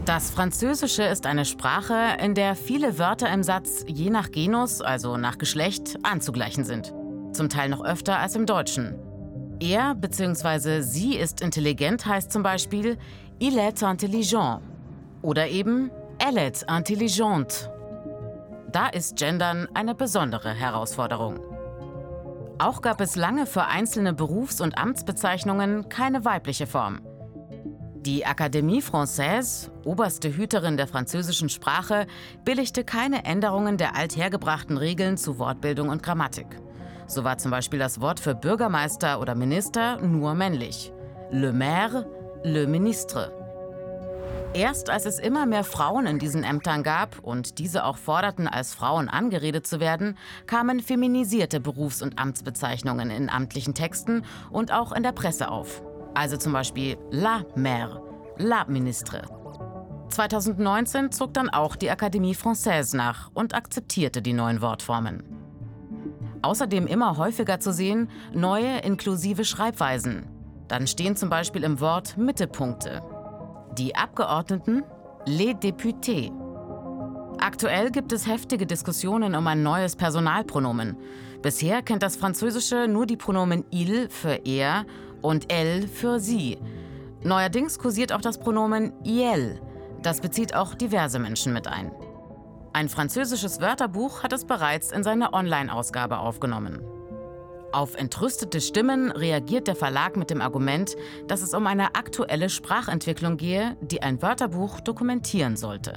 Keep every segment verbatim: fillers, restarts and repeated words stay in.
Das Französische ist eine Sprache, in der viele Wörter im Satz je nach Genus, also nach Geschlecht, anzugleichen sind. Zum Teil noch öfter als im Deutschen. Er bzw. sie ist intelligent heißt zum Beispiel il est intelligent oder eben elle est intelligente. Da ist Gendern eine besondere Herausforderung. Auch gab es lange für einzelne Berufs- und Amtsbezeichnungen keine weibliche Form. Die Académie Française, oberste Hüterin der französischen Sprache, billigte keine Änderungen der althergebrachten Regeln zu Wortbildung und Grammatik. So war zum Beispiel das Wort für Bürgermeister oder Minister nur männlich. Le maire, le ministre. Erst als es immer mehr Frauen in diesen Ämtern gab und diese auch forderten, als Frauen angeredet zu werden, kamen feminisierte Berufs- und Amtsbezeichnungen in amtlichen Texten und auch in der Presse auf. Also zum Beispiel la maire, la ministre. zweitausendneunzehn zog dann auch die Académie Française nach und akzeptierte die neuen Wortformen. Außerdem immer häufiger zu sehen, neue inklusive Schreibweisen. Dann stehen zum Beispiel im Wort Mittepunkte. Die Abgeordneten, les députés. Aktuell gibt es heftige Diskussionen um ein neues Personalpronomen. Bisher kennt das Französische nur die Pronomen il für er und elle für sie. Neuerdings kursiert auch das Pronomen iel. Das bezieht auch diverse Menschen mit ein. Ein französisches Wörterbuch hat es bereits in seine Online-Ausgabe aufgenommen. Auf entrüstete Stimmen reagiert der Verlag mit dem Argument, dass es um eine aktuelle Sprachentwicklung gehe, die ein Wörterbuch dokumentieren sollte.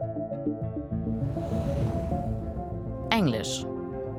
Englisch.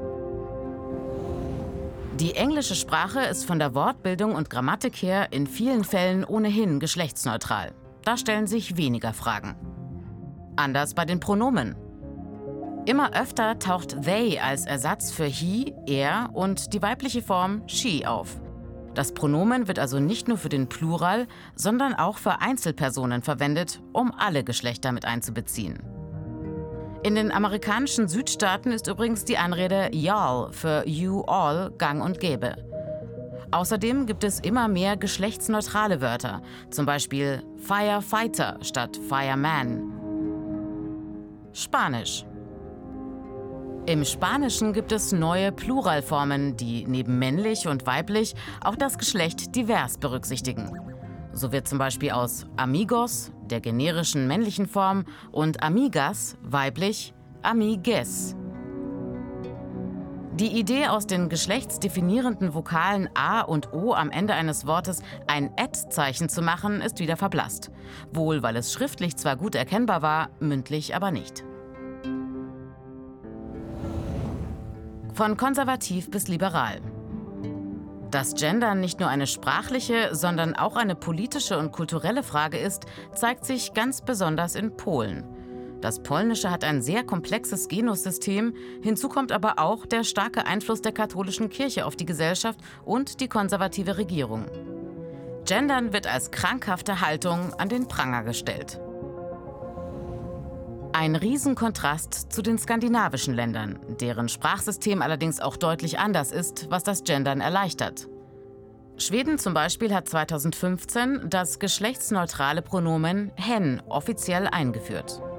Die englische Sprache ist von der Wortbildung und Grammatik her in vielen Fällen ohnehin geschlechtsneutral. Da stellen sich weniger Fragen. Anders bei den Pronomen. Immer öfter taucht they als Ersatz für he, er und die weibliche Form she auf. Das Pronomen wird also nicht nur für den Plural, sondern auch für Einzelpersonen verwendet, um alle Geschlechter mit einzubeziehen. In den amerikanischen Südstaaten ist übrigens die Anrede y'all für you all gang und gäbe. Außerdem gibt es immer mehr geschlechtsneutrale Wörter, zum Beispiel Firefighter statt Fireman. Spanisch. Im Spanischen gibt es neue Pluralformen, die neben männlich und weiblich auch das Geschlecht divers berücksichtigen. So wird zum Beispiel aus amigos, der generischen männlichen Form, und amigas, weiblich, amigues. Die Idee, aus den geschlechtsdefinierenden Vokalen a und o am Ende eines Wortes ein et-Zeichen zu machen, ist wieder verblasst. Wohl, weil es schriftlich zwar gut erkennbar war, mündlich aber nicht. Von konservativ bis liberal. Dass Gendern nicht nur eine sprachliche, sondern auch eine politische und kulturelle Frage ist, zeigt sich ganz besonders in Polen. Das Polnische hat ein sehr komplexes Genussystem, hinzu kommt aber auch der starke Einfluss der katholischen Kirche auf die Gesellschaft und die konservative Regierung. Gendern wird als krankhafte Haltung an den Pranger gestellt. Ein Riesenkontrast zu den skandinavischen Ländern, deren Sprachsystem allerdings auch deutlich anders ist, was das Gendern erleichtert. Schweden zum Beispiel hat zweitausendfünfzehn das geschlechtsneutrale Pronomen hen offiziell eingeführt.